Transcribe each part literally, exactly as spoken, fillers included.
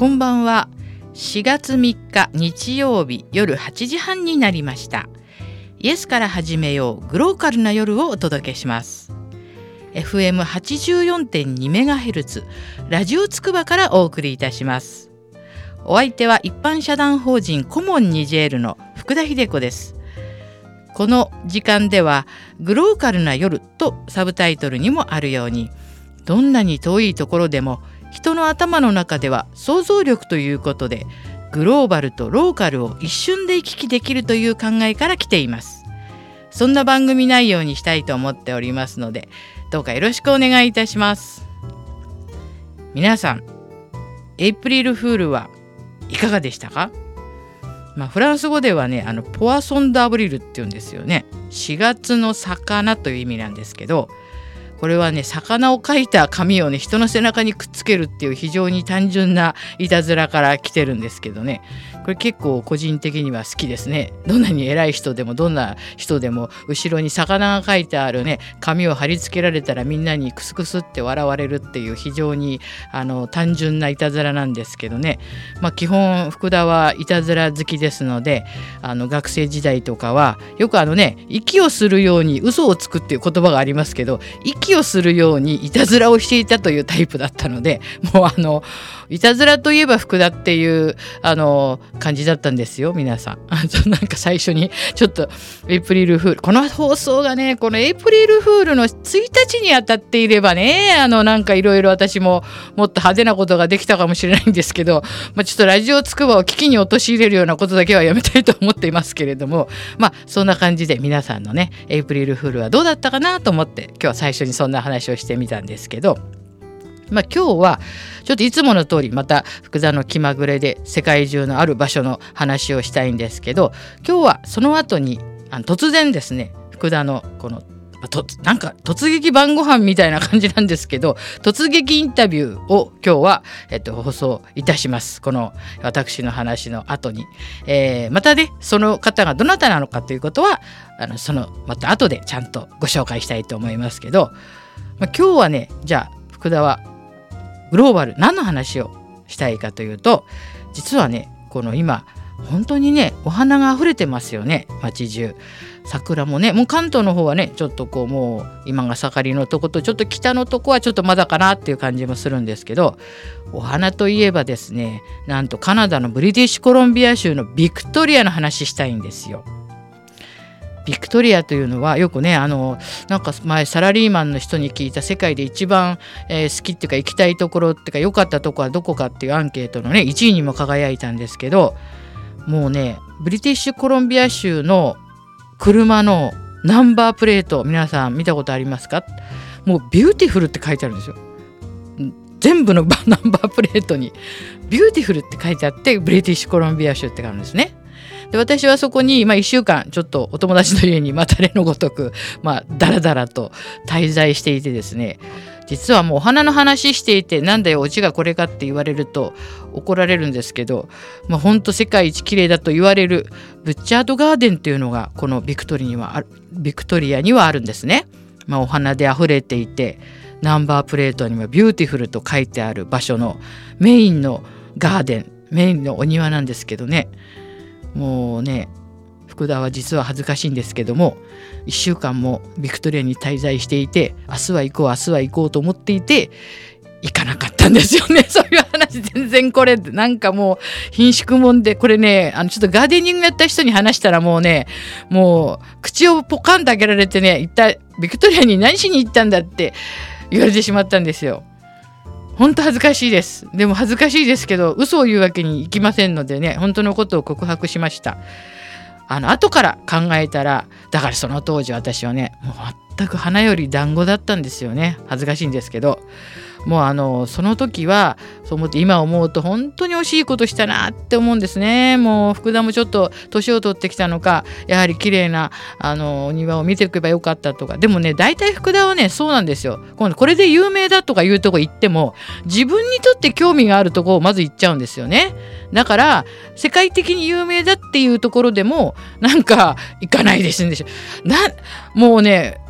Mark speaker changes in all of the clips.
Speaker 1: こんばんは。しがつみっか日曜日夜はちじはんになりました。イエスから始めようグローカルな夜をお届けします。 エフエムはちじゅうよんてんにメガヘルツ ラジオつくばからお送りいたします。お相手は一般社団法人コモンニジェールの福田秀子です。この時間ではグローカルな夜とサブタイトルにもあるように、どんなに遠いところでも人の頭の中では想像力ということで、グローバルとローカルを一瞬で行き来できるという考えから来ています。そんな番組内容にしたいと思っておりますので、どうかよろしくお願いいたします。皆さん、エイプリルフールはいかがでしたか？まあ、フランス語ではね、あのポワソン・ダブリルって言うんですよね。しがつの魚という意味なんですけど、これはね、魚を描いた紙をね、人の背中にくっつけるっていう非常に単純ないたずらから来てるんですけどね、これ結構個人的には好きですね。どんなに偉い人でもどんな人でも後ろに魚が描いてあるね紙を貼り付けられたら、みんなにクスクスって笑われるっていう非常にあの単純ないたずらなんですけどね。まあ基本福田はいたずら好きですので、あの学生時代とかはよくあのね、息をするように嘘をつくっていう言葉がありますけど、息をするようにいたずらをしていたというタイプだったので、もうあのいたずらといえば福田っていうあの感じだったんですよ、皆さん。なんか最初にちょっとエイプリルフール、この放送がね、このエイプリルフールのついたちにあたっていればね、あのなんかいろいろ私ももっと派手なことができたかもしれないんですけど、まあ、ちょっとラジオつくばを危機に陥れるようなことだけはやめたいと思っていますけれども、まあそんな感じで皆さんのねエイプリルフールはどうだったかなと思って、今日は最初にそんな話をしてみたんですけど、まあ、今日はちょっといつもの通りまた福田の気まぐれで世界中のある場所の話をしたいんですけど、今日はその後にあの突然ですね、福田のこのとなんか突撃晩ご飯みたいな感じなんですけど、突撃インタビューを今日は、えっと、放送いたします。この私の話の後に、えー、またねその方がどなたなのかということはあのそのまた後でちゃんとご紹介したいと思いますけど、まあ、今日はね、じゃあ福田はグローバル何の話をしたいかというと、実はねこの今本当にねお花が溢れてますよね、街中。桜もね、もう関東の方はねちょっとこうもう今が盛りのとことちょっと北のとこはちょっとまだかなっていう感じもするんですけど、お花といえばですね、なんとカナダのブリティッシュコロンビア州のビクトリアの話したいんですよ。ビクトリアというのはよくね、あのなんか前サラリーマンの人に聞いた世界で一番、えー、好きっていうか行きたいところっていうか良かったところはどこかっていうアンケートのねいちいにも輝いたんですけど、もうねブリティッシュコロンビア州の車のナンバープレート、皆さん見たことありますか？もうビューティフルって書いてあるんですよ。全部のナンバープレートにビューティフルって書いてあって、ブリティッシュコロンビア州って書くんですね。で私はそこに、まあ、いっしゅうかんちょっとお友達の家にまた例のごとく、まあ、だらだらと滞在していてですね、実はもうお花の話していて、なんだよオチがこれかって言われると怒られるんですけど、まあ、ほんと世界一綺麗だと言われるブッチャードガーデンっていうのがこのビクトリにはあるビクトリアにはあるんですね。まあ、お花であふれていて、ナンバープレートにはビューティフルと書いてある場所のメインのガーデン、メインのお庭なんですけどね、もうね福田は実は恥ずかしいんですけども、いっしゅうかんもビクトリアに滞在していて、明日は行こう明日は行こうと思っていて行かなかったんですよね。そういう話全然これなんかもう貧縮もんで、これねあのちょっとガーデニングやった人に話したらもうねもう口をポカンと開けられてね、一体ビクトリアに何しに行ったんだって言われてしまったんですよ。本当恥ずかしいです。でも恥ずかしいですけど嘘を言うわけにいきませんのでね、本当のことを告白しました。あの後から考えたら、だからその当時私はねもう全く花より団子だったんですよね。恥ずかしいんですけど、もうあのその時はそう思って、今思うと本当に惜しいことしたなって思うんですね。もう福田もちょっと年を取ってきたのか、やはり綺麗なあのお庭を見ておけばよかったとか。でもね大体福田はねそうなんですよ。今度これで有名だとかいうとこ行っても、自分にとって興味があるとこをまず行っちゃうんですよね。だから世界的に有名だっていうところでもなんか行かないですんでしょ。なもうね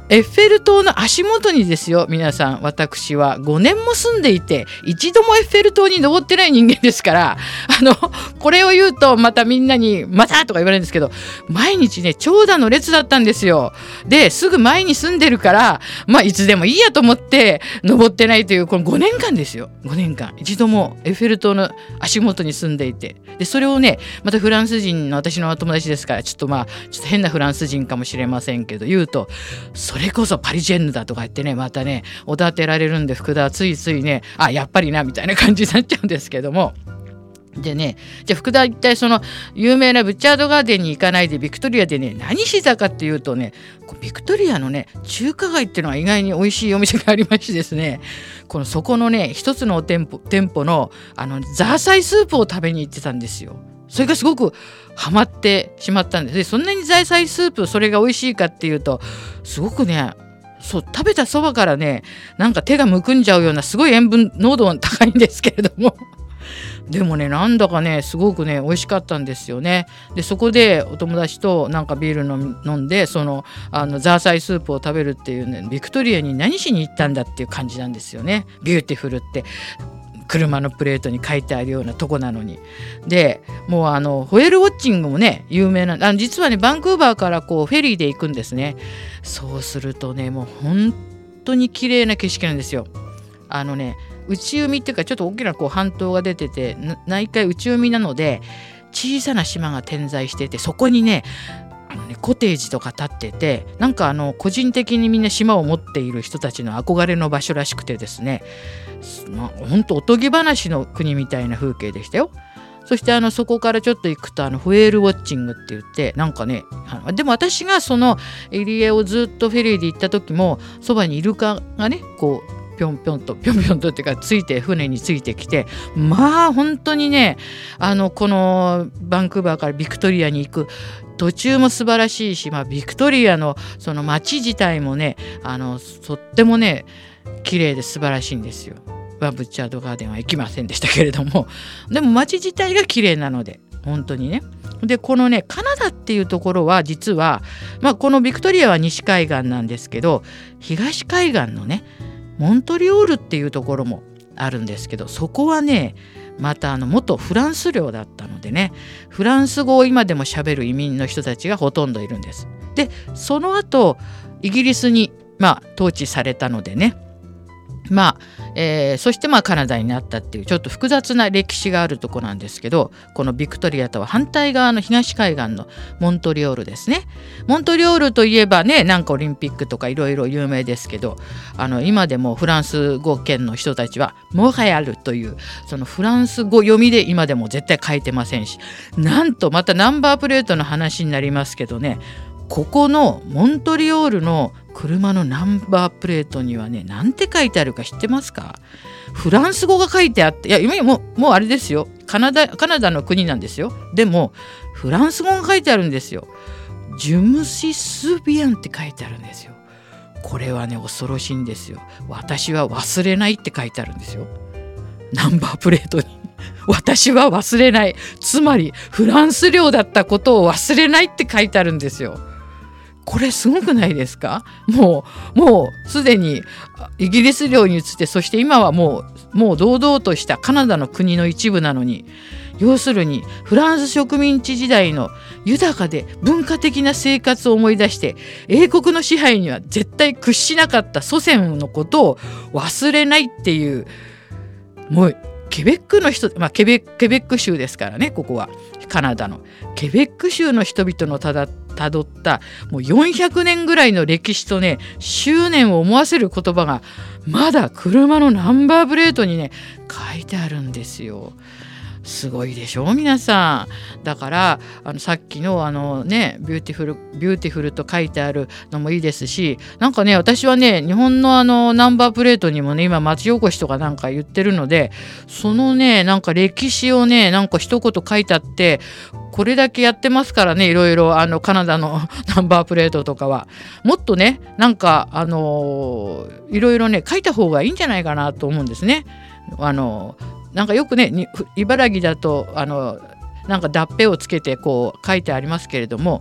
Speaker 1: エッフェル塔の足元にですよ、皆さん、私はごねんも住んでいて一度もエッフェル塔に登ってない人間ですから、あのこれを言うとまたみんなにまたとか言われるんですけど、毎日ね長蛇の列だったんですよ。ですぐ前に住んでるから、まあいつでもいいやと思って登ってないという、このごねんかんですよ。ごねんかん一度もエッフェル塔の足元に住んでいて、でそれをねまたフランス人の私の友達ですから、ちょっとまあちょっと変なフランス人かもしれませんけど言うと、それこそパリジェンヌだとか言ってね、またねおだてられるんで、福田はついついね、あやっぱりなみたいな感じになっちゃうんですけども。でね、じゃあ福田は一体その有名なブッチャードガーデンに行かないでビクトリアでね何してたかっていうとね、ビクトリアのね中華街っていうのは意外に美味しいお店がありましてですね、このそこのね一つの店舗店舗のあのザーサイスープを食べに行ってたんですよ。それがすごくハマってしまったんです。でそんなにザーサイスープそれが美味しいかっていうと、すごくね、そう食べたそばからねなんか手がむくんじゃうようなすごい塩分濃度が高いんですけれどもでもねなんだかねすごくね美味しかったんですよね。でそこでお友達となんかビール飲み飲んでそのあのザーサイスープを食べるっていうね、ビクトリアに何しに行ったんだっていう感じなんですよね。ビューティフルって車のプレートに書いてあるようなとこなのに。でもうあのホエールウォッチングもね有名な、あの実はねバンクーバーからこうフェリーで行くんですね。そうするとねもう本当に綺麗な景色なんですよ。あのね内海っていうかちょっと大きなこう半島が出てて、内海内海なので小さな島が点在してて、そこにねあのねコテージとか建ってて、なんかあの個人的にみんな島を持っている人たちの憧れの場所らしくてですね、ほんとおとぎ話の国みたいな風景でしたよ。そしてあのそこからちょっと行くとあのホエールウォッチングって言って、なんかねあのでも私がそのエリアをずっとフェリーで行った時もそばにイルカがねこうぴょんぴょんとぴょんぴょんとっていうかついて船についてきて、まあ本当にねあのこのバンクーバーからビクトリアに行く途中も素晴らしいし、まあ、ビクトリアのその街自体もねあのとってもね綺麗で素晴らしいんですよ。まあ、ブッチャードガーデンは行きませんでしたけれども、でも街自体が綺麗なので本当にね。でこのねカナダっていうところは実は、まあ、このビクトリアは西海岸なんですけど、東海岸のねモントリオールっていうところもあるんですけど、そこはねまたあの元フランス領だったのでね、フランス語を今でも喋る移民の人たちがほとんどいるんです。でその後イギリスにまあ統治されたのでね、まあえー、そしてまあカナダになったっていうちょっと複雑な歴史があるとこなんですけど、このビクトリアとは反対側の東海岸のモントリオールですね。モントリオールといえばねなんかオリンピックとかいろいろ有名ですけど、あの今でもフランス語圏の人たちはモンレアルというそのフランス語読みで今でも絶対書いてませんし、なんとまたナンバープレートの話になりますけどね、ここのモントリオールの車のナンバープレートにはねなんて書いてあるか知ってますか？フランス語が書いてあって、いや今もうもうあれですよ、カナダカナダの国なんですよ。でもフランス語が書いてあるんですよ。ジュムシスビアンって書いてあるんですよ。これはね恐ろしいんですよ。私は忘れないって書いてあるんですよ、ナンバープレートに私は忘れない、つまりフランス領だったことを忘れないって書いてあるんですよ。これすごくないですか？もうもうすでにイギリス領に移って、そして今はもうもう堂々としたカナダの国の一部なのに、要するにフランス植民地時代の豊かで文化的な生活を思い出して、英国の支配には絶対屈しなかった祖先のことを忘れないっていう、もうケベックの人、まあ、ケベ、ケベック州ですからね、ここはカナダのケベック州の人々のただたどったもうよんひゃくねんぐらいの歴史とね執念を思わせる言葉がまだ車のナンバープレートにね書いてあるんですよ。すごいでしょ皆さん。だからあのさっきのあのねビューティフルビューティフルと書いてあるのもいいですし、なんかね私はね日本のあのナンバープレートにもね今町おこしとかなんか言ってるので、そのねなんか歴史をねなんか一言書いてあって、これだけやってますからね、いろいろあのカナダのナンバープレートとかはもっとねなんかあのいろいろね書いた方がいいんじゃないかなと思うんですね。あのなんかよくね茨城だとあのなんか脱皮をつけてこう書いてありますけれども、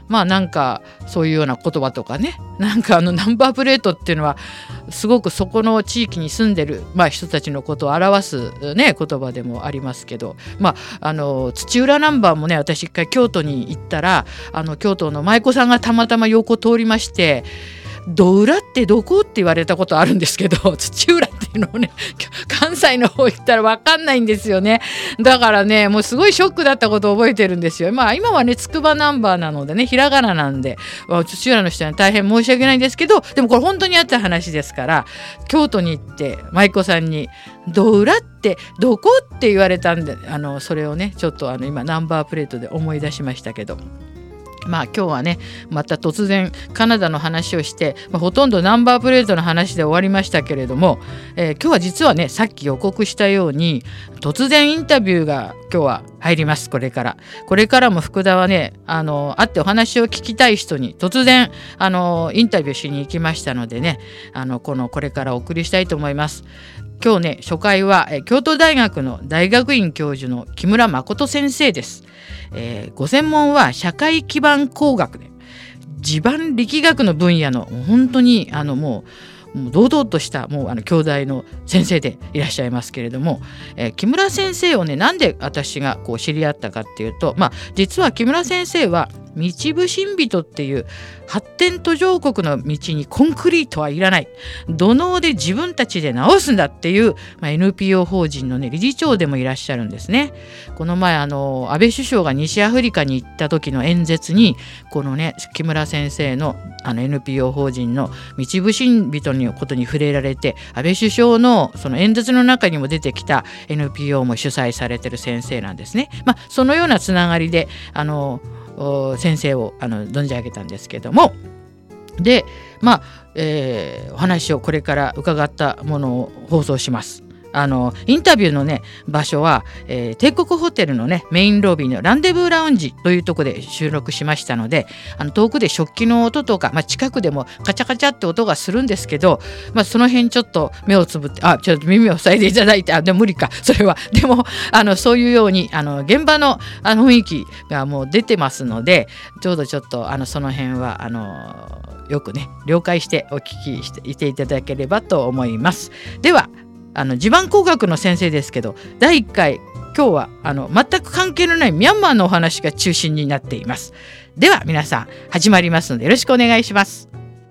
Speaker 1: まあなんかそういうような言葉とかね、なんかあのナンバープレートっていうのはすごくそこの地域に住んでる、まあ、人たちのことを表す、ね、言葉でもありますけど、まあ、あの土浦ナンバーもね、私一回京都に行ったら、あの京都の舞妓さんがたまたま横通りまして、ど浦ってどこって言われたことあるんですけど、土浦っていうのをね、関西の方行ったら分かんないんですよね。だからね、もうすごいショックだったことを覚えてるんですよ。まあ今はね、筑波ナンバーなのでね、ひらがななんで土浦の人は大変申し訳ないんですけど、でもこれ本当にあった話ですから、京都に行って舞妓さんにど浦ってどこって言われたんで、あのそれをねちょっとあの今ナンバープレートで思い出しましたけど、まあ今日はねまた突然カナダの話をして、まあ、ほとんどナンバープレートの話で終わりましたけれども、えー、今日は実はねさっき予告したように突然インタビューが今日は入ります。これからこれからも福田はね、あの会ってお話を聞きたい人に突然あのインタビューしに行きましたのでね、あのこのこれからお送りしたいと思います。今日ね初回はえ京都大学の大学院教授の木村誠先生です。えー、ご専門は社会基盤工学で地盤力学の分野の本当にあのもう、もう堂々としたもうあの京大の先生でいらっしゃいますけれども、えー、木村先生をねなんで私がこう知り合ったかっていうと、まあ実は木村先生は道部神人っていう発展途上国の道にコンクリートはいらない、土のうで自分たちで直すんだっていう、まあ、エヌピーオー 法人の、ね、理事長でもいらっしゃるんですね。この前あの安倍首相が西アフリカに行った時の演説にこのね木村先生のあの エヌピーオー 法人の道部神人のことに触れられて、安倍首相のその演説の中にも出てきた エヌピーオー も主催されてる先生なんですね。まあ、そのようなつながりであの先生をあの存じ上げたんですけども、でまあ、えー、お話をこれから伺ったものを放送します。あのインタビューのね場所は、えー、帝国ホテルのねメインロビーのランデブーラウンジというところで収録しましたので、あの遠くで食器の音とか、まあ、近くでもカチャカチャって音がするんですけど、まあ、その辺ちょっと目をつぶって、あちょっと耳を塞いでいただいて、あでも無理かそれは、でもあのそういうようにあの現場のあの雰囲気がもう出てますので、ちょうどちょっとあのその辺はあのよくね了解してお聞きしていていただければと思います。ではあの地盤工学の先生ですけど、だいいっかい今日はあの全く関係のないミャンマーのお話が中心になっています。では皆さん始まりますのでよろしくお願いします。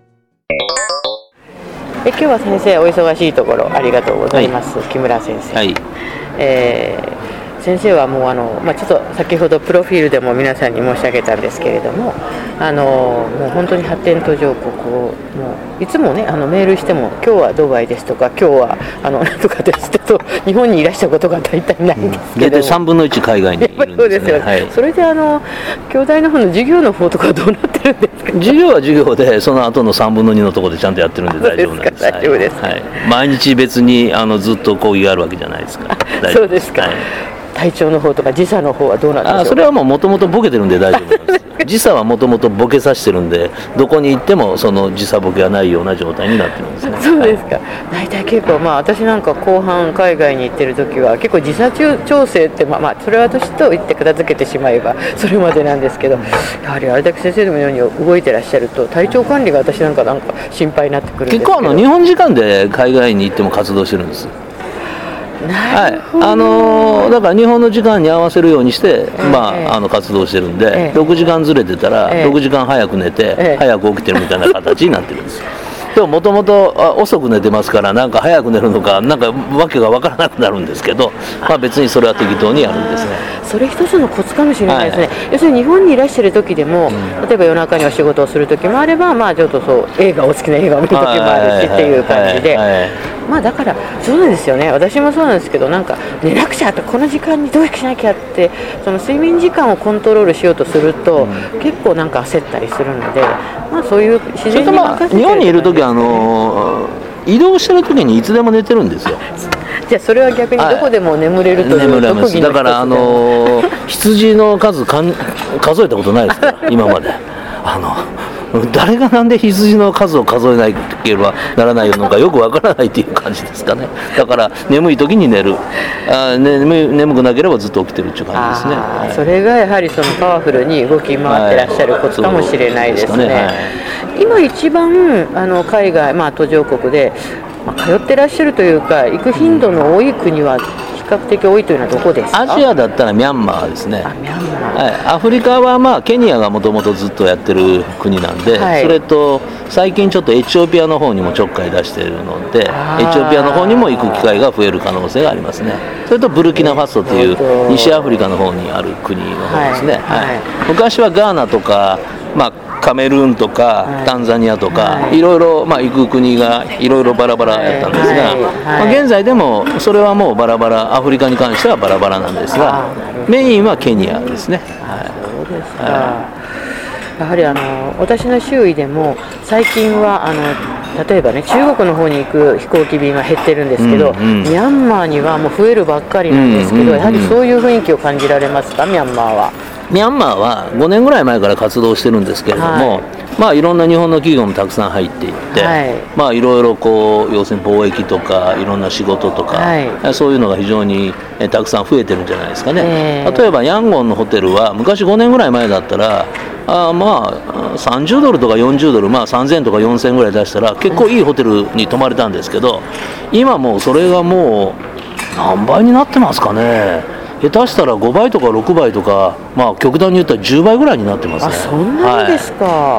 Speaker 1: え今日は先生お忙しいところありがとうございます、はい、木村先生、はい、えー先生はもうあの、まあ、ちょっと先ほどプロフィールでも皆さんに申し上げたんですけれども、あのもう本当に発展途上国をもういつもねあのメールしても今日はドバイですとか今日はあのなんとかですと日本にいらしたことが大体ないんですけど、うん、大体
Speaker 2: さんぶんのいち海外にいるんですね。
Speaker 1: そうですよね、はい、それであの京大の方の授業の方とかどうなってるんですか。
Speaker 2: 授業は授業でその後のさんぶんのにのところでちゃんとやってるんで大丈夫なんです。
Speaker 1: 大丈夫です、
Speaker 2: はいはい、毎日別にあのずっと講義があるわけじゃないですから。
Speaker 1: そうですか、はい、体調の方とか時差の方はどうなんでしょうか。
Speaker 2: あそれはもともとボケてるんで大丈夫なんです。時差はもともとボケさせてるんで、どこに行ってもその時差ボケがないような状態になってるんですね。
Speaker 1: そうですか、はい、大体結構まあ私なんか後半海外に行ってる時は結構時差調整ってまあまあそれは私と言って片付けてしまえばそれまでなんですけど、やはりあれだけ先生のように動いてらっしゃると体調管理が私なんかなんか心配になってくるんですけど。
Speaker 2: 結構あの日本時間で海外に行っても活動してるんです。はい、あのー、だから日本の時間に合わせるようにして、えーまあ、あの活動してるんで、えー、ろくじかんずれてたら、えー、ろくじかん早く寝て、えー、早く起きてるみたいな形になってるんですでももともと遅く寝てますから、なんか早く寝るのかなんかわけが分からなくなるんですけど、まあ、別にそれは適当にやるんですね。
Speaker 1: それ一つのコツかもしれないですね、はい、要するに日本にいらっしゃる時でも、うん、例えば夜中にお仕事をする時もあれば、まあ、ちょっとそう映画お好きな映画を見る時もあるしっていう感じで、まあだからそうなんですよね。私もそうなんですけど、なんか寝なくちゃとこの時間にどうやってしなきゃってその睡眠時間をコントロールしようとすると、うん、結構なんか焦ったりするので、まあそういう自然に任せてる、
Speaker 2: 日本にいる時はあのー、移動してる時にいつでも寝てるんですよ。
Speaker 1: じゃあそれは逆にどこでも眠れるという特技の一つで、
Speaker 2: だからあのー、羊の数かん数えたことないですから今まで。あの誰がなんで羊の数を数えなければならないのかよくわからないという感じですかね。だから眠い時に寝る、あ、ね、眠, 眠くなければずっと起きてるっていう感じですね。
Speaker 1: はい、それがやはりそのパワフルに動き回ってらっしゃることかもしれないですね。はい、はい、今一番あの海外、まあ、途上国で、まあ、通ってらっしゃるというか行く頻度の多い国は比較的多いというのはどこですか？
Speaker 2: アジアだったらミャンマーですね。
Speaker 1: あ、ミャンマー、
Speaker 2: はい、アフリカは、まあ、ケニアがもともとずっとやってる国なんで、はい、それと最近ちょっとエチオピアの方にもちょっかい出しているので、エチオピアの方にも行く機会が増える可能性がありますね。それとブルキナファソという西アフリカの方にある国の方ですね。はいはい、昔はガーナとか、まあ、カメルーンとかタンザニアとか、はい、いろいろ、まあ、行く国がいろいろバラバラやったんですが、はいはい、まあ、現在でもそれはもうバラバラ、アフリカに関してはバラバラなんですが、メインはケニアですね。はい、
Speaker 1: そうですか。はい、やはりあの私の周囲でも最近はあの例えばね、中国の方に行く飛行機便は減ってるんですけど、うんうん、ミャンマーにはもう増えるばっかりなんですけど、うんうんうん、やはりそういう雰囲気を感じられますか？ミャンマーは。
Speaker 2: ミャンマーはごねんぐらい前から活動してるんですけれども、はい、まあ、いろんな日本の企業もたくさん入っていって、はい、まあ、いろいろこう要するに貿易とかいろんな仕事とか、はい、そういうのが非常にえたくさん増えてるんじゃないですかね。えー、例えばヤンゴンのホテルは昔ごねんぐらい前だったらあまあさんじゅうドルとかよんじゅうドル、まあ、さんぜんえんとかよんせんえんぐらい出したら結構いいホテルに泊まれたんですけど、今もうそれがもう何倍になってますかね。下手したらごばいとかろくばいとか、まあ、極端に言ったらじゅうばいぐらいになってますね。
Speaker 1: あ、そんなにですか。はい、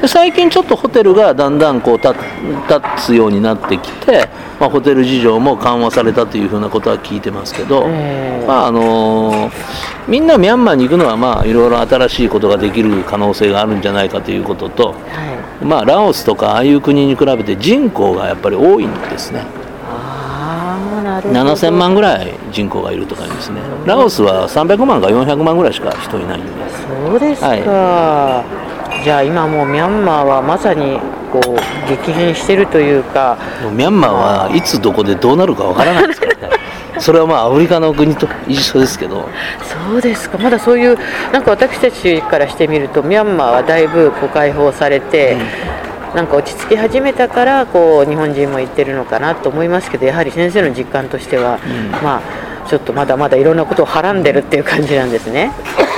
Speaker 2: で最近ちょっとホテルがだんだんこう立つようになってきて、まあ、ホテル事情も緩和されたというふうなことは聞いてますけど、まああのー、みんなミャンマーに行くのはまあいろいろ新しいことができる可能性があるんじゃないかということと、はい、まあ、ラオスとかああいう国に比べて人口がやっぱり多いんですね。ななせんまんぐらい人口がいるとかですね。ラオスはさんびゃくまんかよんひゃくまんぐらいしか人いないんです。
Speaker 1: そうですか。はい、じゃあ今もうミャンマーはまさにこう激変してるというか、
Speaker 2: ミャンマーはいつどこでどうなるかわからないですからね。それはまあアフリカの国と一緒ですけど。
Speaker 1: そうですか。まだそういうなんか私たちからしてみるとミャンマーはだいぶこう解放されて、うん、なんか落ち着き始めたからこう日本人も行ってるのかなと思いますけど、やはり先生の実感としては、うん、まあちょっとまだまだいろんなことをはらんでるっていう感じなんですね。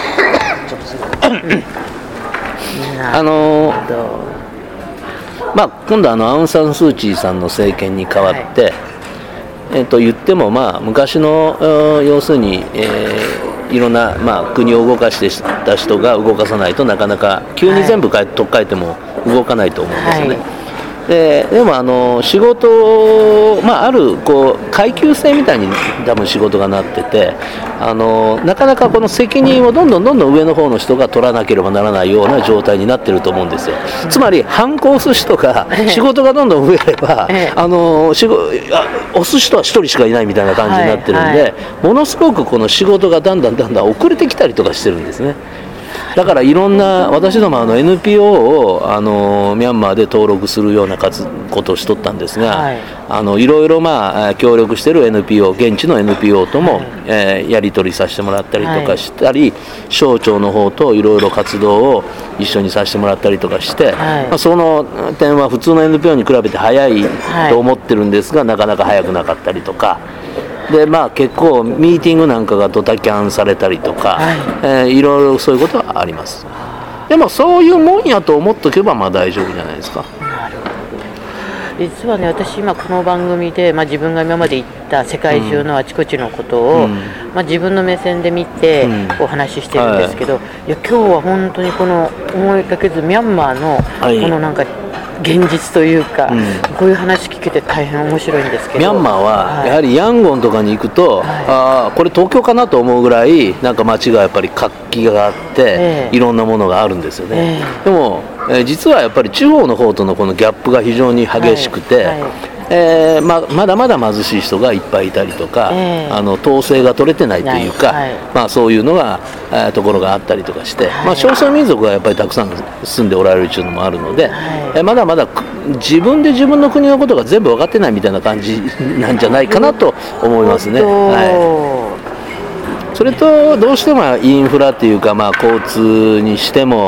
Speaker 2: あのー、まあ今度あのアウン・サン・スー・チーさんの政権に変わって、はい、えー、と言ってもまあ昔の要するに、えー、いろんな、まあ、国を動かしてた人が動かさないとなかなか急に全部取っ替えても動かないと思うんですよね。はい、で, でもあの仕事、まあ、あるこう階級制みたいに多分仕事がなってて、あのなかなかこの責任をどんどんどんどん上の方の人が取らなければならないような状態になってると思うんですよ。つまり反抗する人が仕事がどんどん増えれば、あの仕事あ押す人はひとりしかいないみたいな感じになってるんで、はいはい、ものすごくこの仕事がだんだんだんだん遅れてきたりとかしてるんですね。だからいろんな私どもあの エヌピーオー をあのミャンマーで登録するようなことをしとったんですが、はい、あのいろいろまあ協力している エヌピーオー 現地の エヌピーオー とも、はい、えー、やり取りさせてもらったりとかしたり、はい、省庁の方といろいろ活動を一緒にさせてもらったりとかして、はい、まあ、その点は普通の エヌピーオー に比べて早いと思ってるんですが、はい、なかなか早くなかったりとか。でまあ、結構ミーティングなんかがドタキャンされたりとか、はい、えー、いろいろそういうことはあります。でもそういうもんやと思っとけばまあ大丈夫じゃないですか。
Speaker 1: なるほど。実はね、私今この番組で、まあ、自分が今まで行った世界中のあちこちのことを、うん、まあ、自分の目線で見てお話ししてるんですけど、うん、はい、いや今日は本当にこの思いがけずミャンマーのこのなんか、はい、現実というか、うん、こういう話聞けて大変面白いんですけど、
Speaker 2: ミャンマーはやはりヤンゴンとかに行くと、はい、あこれ東京かなと思うぐらいなんか街がやっぱり活気があって、えー、いろんなものがあるんですよね。えー、でも、えー、実はやっぱり地方の方とのこのギャップが非常に激しくて、はいはい、えーま、まだまだ貧しい人がいっぱいいたりとか、えー、あの統制が取れてないというか、はいはい、まあ、そういうのが、えー、ところがあったりとかして、はい、まあ、少数民族がやっぱりたくさん住んでおられるというのもあるので、はい、えー、まだまだ自分で自分の国のことが全部分かってないみたいな感じなんじゃないかなと思いますね。はい、それとどうしてもインフラっていうか、まあ、交通にしても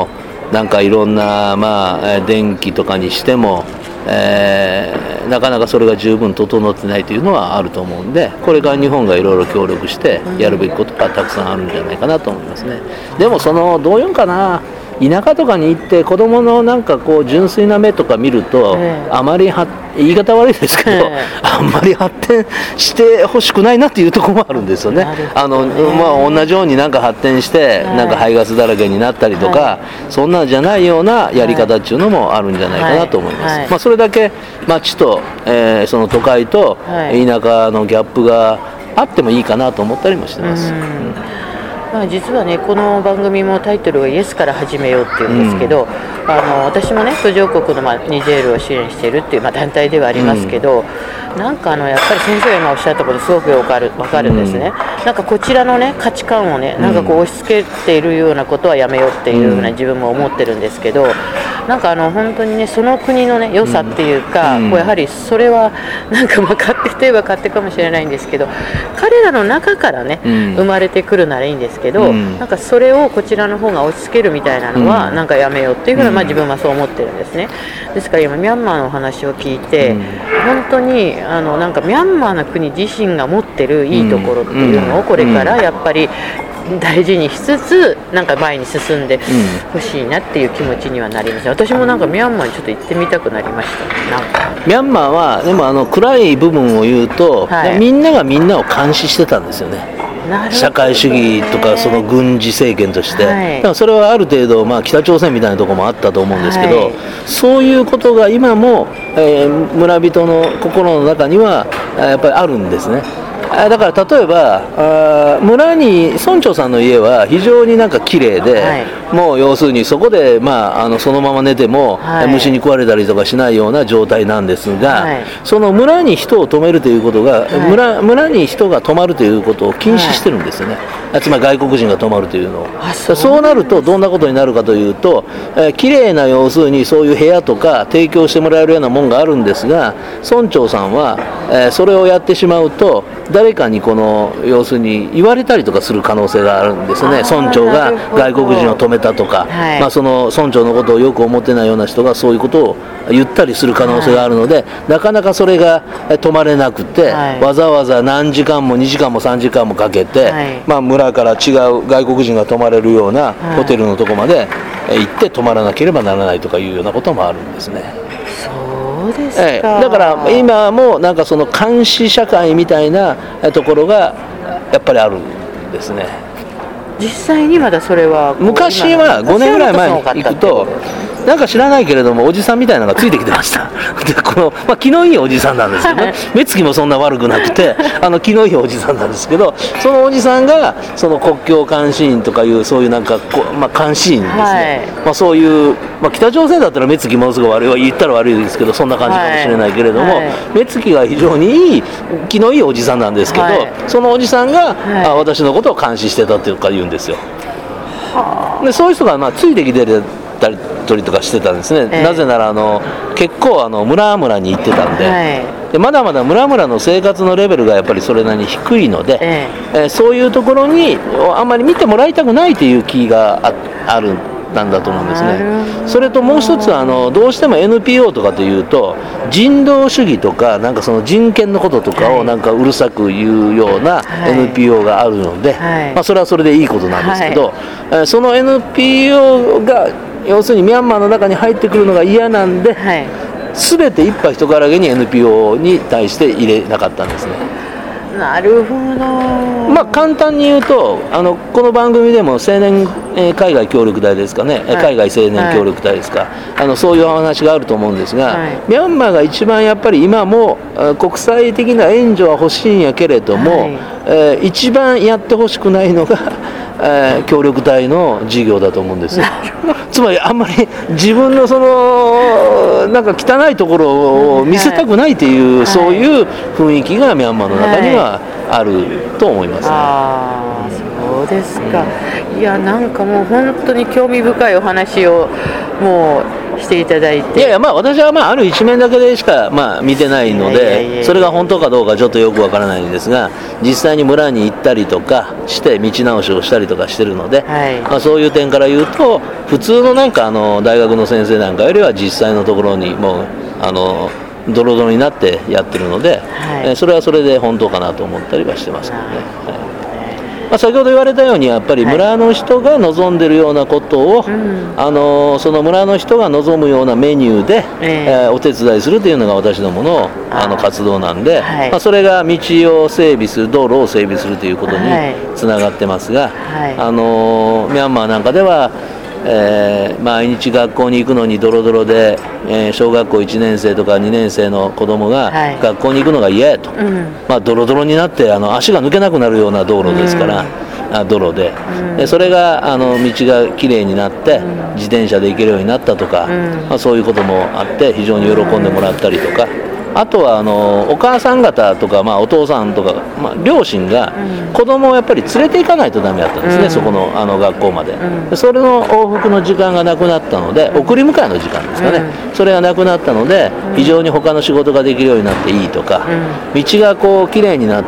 Speaker 2: なんかいろんな、まあ、電気とかにしても、えー、なかなかそれが十分整ってないというのはあると思うんで、これから日本がいろいろ協力してやるべきことがたくさんあるんじゃないかなと思いますね。でもそのどういうんかな、田舎とかに行って子供のなんかこう純粋な目とか見ると、えー、あまりは言い方悪いですけど、えー、あんまり発展してほしくないなっていうところもあるんですよね。あの、まあ、同じようになんか発展して、はい、なんか排ガスだらけになったりとか、はい、そんなんじゃないようなやり方っていうのもあるんじゃないかなと思います。はいはい、まあ、それだけ町と、えー、その都会と田舎のギャップがあってもいいかなと思ったりもしてます。うん、
Speaker 1: まあ、実はね、この番組もタイトルがイエスから始めようっていうんですけど、うん、あの私もね途上国の、まあ、ニジェールを支援しているっていう、まあ、団体ではありますけど、うん、なんかあのやっぱり先生が今おっしゃったことすごくよくわかる、わかるんですね。うん、なんかこちらのね価値観をねなんかこう押し付けているようなことはやめようっていうふうな自分も思ってるんですけど、なんかあの本当にねその国のね良さっていうか、うん、こうやはりそれはなんかまあ勝手といえば勝手かもしれないんですけど、彼らの中からね、うん、生まれてくるならいいんですけど、うん、なんかそれをこちらの方が押し付けるみたいなのは、うん、なんかやめようっていうふうな、まあ、自分はそう思ってるんですね。ですから今ミャンマーのお話を聞いて、うん、本当にあのなんかミャンマーの国自身が持ってるいいところっていうのをこれからやっぱり大事にしつつなんか前に進んでほしいなっていう気持ちにはなります。私もなんかミャンマーにちょっと行ってみたくなりました。なんか
Speaker 2: ミャンマーはでもあの暗い部分を言うと、はい、みんながみんなを監視してたんですよね。社会主義とかその軍事政権として、はい、だからそれはある程度、まあ、北朝鮮みたいなところもあったと思うんですけど、はい、そういうことが今も、えー、村人の心の中にはやっぱりあるんですね。だから例えばあ村に村長さんの家は非常になんか綺麗で、はい、もう要するにそこで、まあ、あのそのまま寝ても、はい、虫に食われたりとかしないような状態なんですが、はい、その村に人を泊めるということが、はい、村, 村に人が泊まるということを禁止してるんですよね。はい、つまり外国人が泊まるというのを。そう、そうなるとどんなことになるかというと、えー、綺麗な要するにそういう部屋とか提供してもらえるようなもんがあるんですが、村長さんは、えー、それをやってしまうと誰かにこの要するに言われたりとかする可能性があるんですね。村長が外国人を止めたとか、はい、まあ、その村長のことをよく思ってないような人がそういうことを言ったりする可能性があるので、はい、なかなかそれが止まれなくて、はい、わざわざ何時間もにじかんもさんじかんもかけて、はい、まあ、村から違う外国人が泊まれるようなホテルのとこまで行って泊まらなければならないとかいうようなこともあるんですね。
Speaker 1: そうですか。ええ、
Speaker 2: だから今もなんかその監視社会みたいなところがやっぱりあるんですね。
Speaker 1: 実際にまだそれは
Speaker 2: 昔はごねんぐらい前に行くとなんか知らないけれどもおじさんみたいなのがついてきてましたでこの、まあ、気のいいおじさんなんですけどね、目つきもそんな悪くなくてあの気のいいおじさんなんですけど、そのおじさんがその国境監視員とかいうそういうなんかこ、まあ、監視員ですね、はい、まあ、そういう、まあ、北朝鮮だったら目つきものすごく悪いは言ったら悪いですけどそんな感じかもしれないけれども、はいはい、目つきが非常にいい気のいいおじさんなんですけど、はい、そのおじさんが、はい、あ私のことを監視してたっていうか言うんですよ。でそういう人がまあついてきてたりとかしてたんですね。えー、なぜならあの結構あの村々に行ってたんで、はい、でまだまだ村々の生活のレベルがやっぱりそれなりに低いので、えーえー、そういうところにあんまり見てもらいたくないという気が あ, あるなんだと思うんですね。それともう一つはあのどうしても エヌピーオー とかというと人道主義とかなんかその人権のこととかをなんかうるさく言うような エヌピーオー があるので、はい、まあ、それはそれでいいことなんですけど、はい、その エヌピーオー が要するにミャンマーの中に入ってくるのが嫌なんで、はい、全て一杯一からげに エヌピーオー に対して入れなかったんですね。
Speaker 1: なるほど。
Speaker 2: まあ簡単に言うとあのこの番組でも青年、えー、海外協力隊ですかね、はい、海外青年協力隊ですか、はい、あのそういうお話があると思うんですが、はい、ミャンマーが一番やっぱり今も国際的な援助は欲しいんやけれども、はい、えー、一番やってほしくないのがえー、協力隊の事業だと思うんですよ。つまりあんまり自分のそのなんか汚いところを見せたくないという、はい、そういう雰囲気がミャンマーの中にはあると思いますね。
Speaker 1: あ、そうですか。いやなんかもう本当に興味深いお話をもうしていただいて。
Speaker 2: いやいや、まあ、私はまあある一面だけでしかまあ見てないので、それが本当かどうかちょっとよくわからないんですが、実際に村に行ったりとかして道直しをしたりとかしてるので、はい、まあ、そういう点から言うと普通のなんかあの大学の先生なんかよりは実際のところにもうあのドロドロになってやってるので、はい、それはそれで本当かなと思ったりはしてますけどね。はい、まあ、先ほど言われたようにやっぱり村の人が望んでるようなことを、はい、あのその村の人が望むようなメニューで、えー、お手伝いするというのが私どものあの活動なんで、はい、まあ、それが道を整備する、道路を整備するということにつながってますが、はい、あのミャンマーなんかではえー、毎日学校に行くのにドロドロで、えー、小学校いちねん生とかにねん生の子供が学校に行くのが嫌やと、はい、まあ、ドロドロになってあの足が抜けなくなるような道路ですから、うん、あ道路で、うん、でそれがあの道がきれいになって、うん、自転車で行けるようになったとか、うん、まあ、そういうこともあって非常に喜んでもらったりとか、あとはあのお母さん方とか、まあ、お父さんとか、まあ、両親が子供をやっぱり連れて行かないとダメだったんですね、うん、そこの、あの学校まで、うん、それの往復の時間がなくなったので、送り迎えの時間ですかね、うん、それがなくなったので非常に他の仕事ができるようになっていいとか、うん、道がこうきれいになって、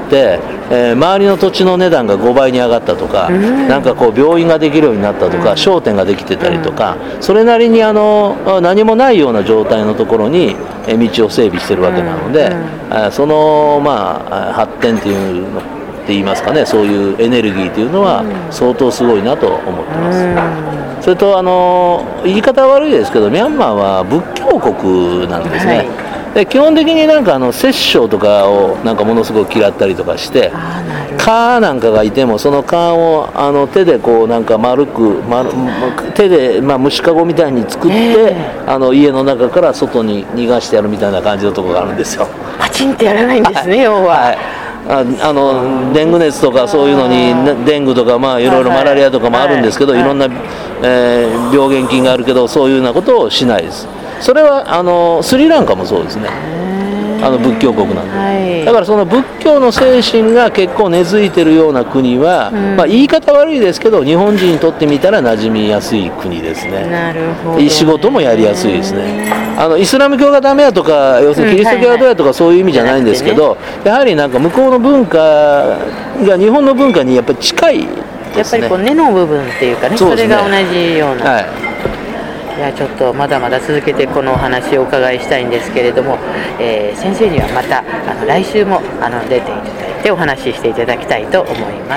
Speaker 2: えー、周りの土地の値段がごばいに上がったとか、うん、なんかこう病院ができるようになったとか、うん、商店ができてたりとか、それなりにあの何もないような状態のところに道を整備してるわけなので、うんうん、その、まあ、発展っていうのって言いますかね、そういうエネルギーというのは相当すごいなと思ってます、うん、それとあの言い方は悪いですけど、ミャンマーは仏教国なんですね、はい、で基本的になんかあの摂政とかをなんかものすごく嫌ったりとかして、カーなんかがいてもそのカーをあの手でこうなんか丸く丸手で、まあ、虫かごみたいに作って、えー、あの家の中から外に逃がしてやるみたいな感じのところがあるんですよ。
Speaker 1: パチンってやらないんですね、はい、要は、はい、
Speaker 2: ああのデング熱とかそういうのにデングとか、まあ、いろいろマラリアとかもあるんですけど、はいはい、いろんな、えー、病原菌があるけどそういうようなことをしないです。それはあのスリランカもそうですね、あの仏教国なんで、はい、だからその仏教の精神が結構根付いてるような国は、うん、まあ、言い方悪いですけど日本人にとってみたら馴染みやすい国ですね。
Speaker 1: なるほどね。
Speaker 2: 仕事もやりやすいですね。あのイスラム教がダメやとか、要するにキリスト教がどうやとか、そういう意味じゃないんですけど、やはりなんか向こうの文化が日本の文化にやっぱり近いですね。
Speaker 1: やっぱりこう根の部分っていうかね、それが同じような、はい、いやちょっとまだまだ続けてこのお話をお伺いしたいんですけれども、えー、先生にはまたあの来週もあの出ていただいてお話ししていただきたいと思います。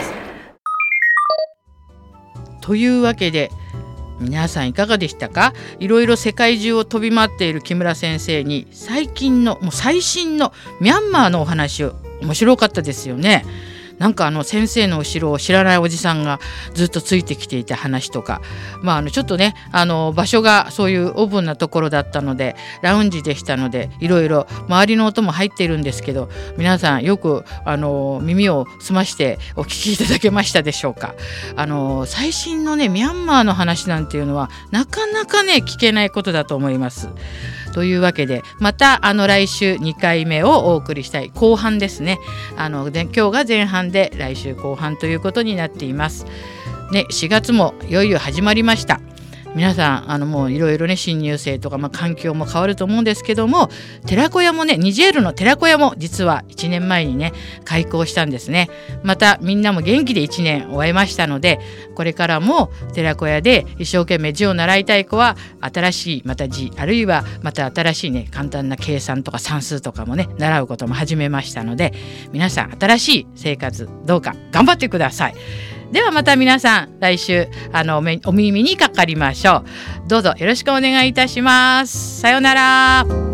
Speaker 1: というわけで皆さんいかがでしたか。いろいろ世界中を飛び回っている木村先生に最近のもう最新のミャンマーのお話を、面白かったですよね。なんかあの先生の後ろを知らないおじさんがずっとついてきていた話とか、まあ、あのちょっとねあの場所がそういうオープンなところだったのでラウンジでしたのでいろいろ周りの音も入っているんですけど、皆さんよくあの耳を澄ましてお聞きいただけましたでしょうか。あの最新のねミャンマーの話なんていうのはなかなかね聞けないことだと思います。というわけでまたあの来週にかいめをお送りしたい後半ですね。あので今日が前半で来週後半ということになっています、ね、しがつもいよいよ始まりました。皆さんあのもういろいろね新入生とか、まあ、環境も変わると思うんですけども、寺子屋もねニジェールの寺子屋も実はいちねんまえにね開校したんですね。またみんなも元気でいちねん終えましたので、これからも寺子屋で一生懸命字を習いたい子は新しいまた字、あるいはまた新しいね簡単な計算とか算数とかもね習うことも始めましたので、皆さん新しい生活どうか頑張ってください。ではまた皆さん来週あのお耳にかかりましょう。どうぞよろしくお願いいたします。さようなら。